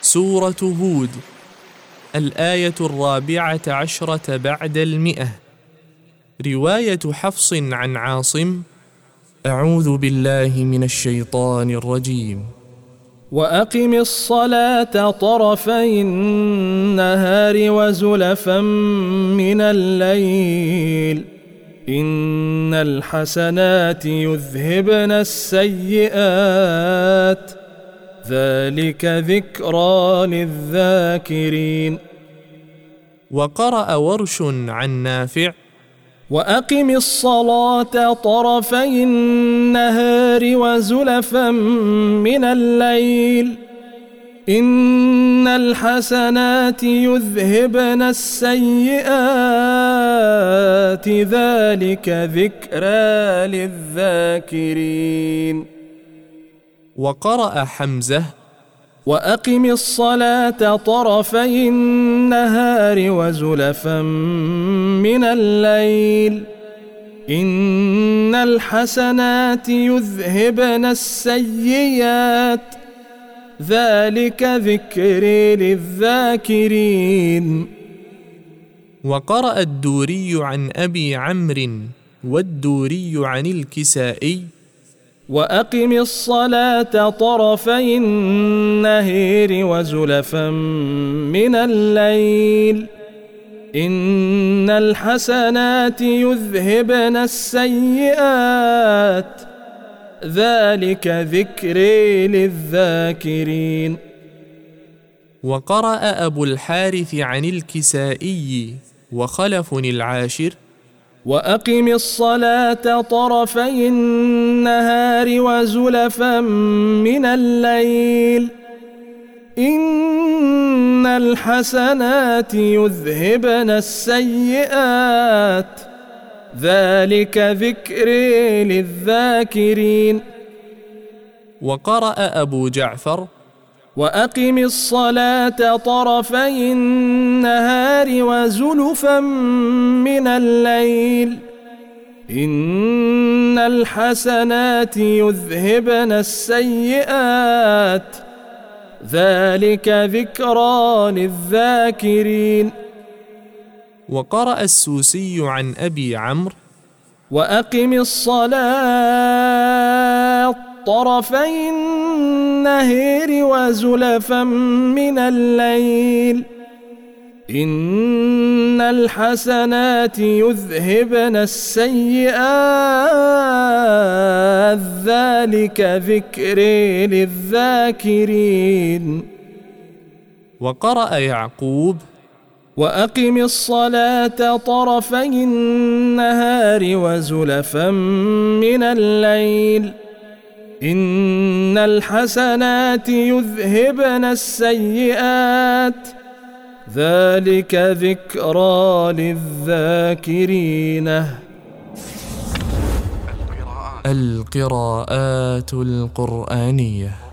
سورة هود، الآية 14 بعد 100. رواية حفص عن عاصم: أعوذ بالله من الشيطان الرجيم. وأقم الصلاة طرفي النهار وزلفا من الليل إن الحسنات يذهبن السيئات ذلك ذكرى للذاكرين. وقرأ ورش عن نافع: وأقم الصلاة طرفي النهار وزلفا من الليل إن الحسنات يذهبن السيئات ذلك ذكرى للذاكرين. وقرأ حمزة: وأقم الصلاة طرفي النهار وزلفا من الليل إن الحسنات يذهبن السيئات ذلك ذكر للذاكرين. وقرأ الدوري عن أبي عمرو والدوري عن الكسائي: وأقم الصلاة طرفي النهار وزلفا من الليل إن الحسنات يذهبن السيئات ذلك ذكر للذاكرين. وقرأ أبو الحارث عن الكسائي وخلف العاشر: وأقم الصلاة طرفي النهار وزلفا من الليل إن الحسنات يذهبن السيئات ذلك ذكر للذاكرين. وقرأ أبو جعفر: وأقم الصلاة طرفي النهار وزلفا من الليل إن الحسنات يذهبن السيئات ذلك ذكرى للذاكرين. وقرأ السوسي عن أبي عمرو: وأقم الصلاة طرفي النهار وزلفا من الليل إن الحسنات يذهبن السيئات ذلك ذكر للذاكرين. وقرأ يعقوب: وأقم الصلاة طرفي النهار وزلفا من الليل إن الحسنات يذهبن السيئات ذلك ذكرى للذاكرين. القراءات القرآنية.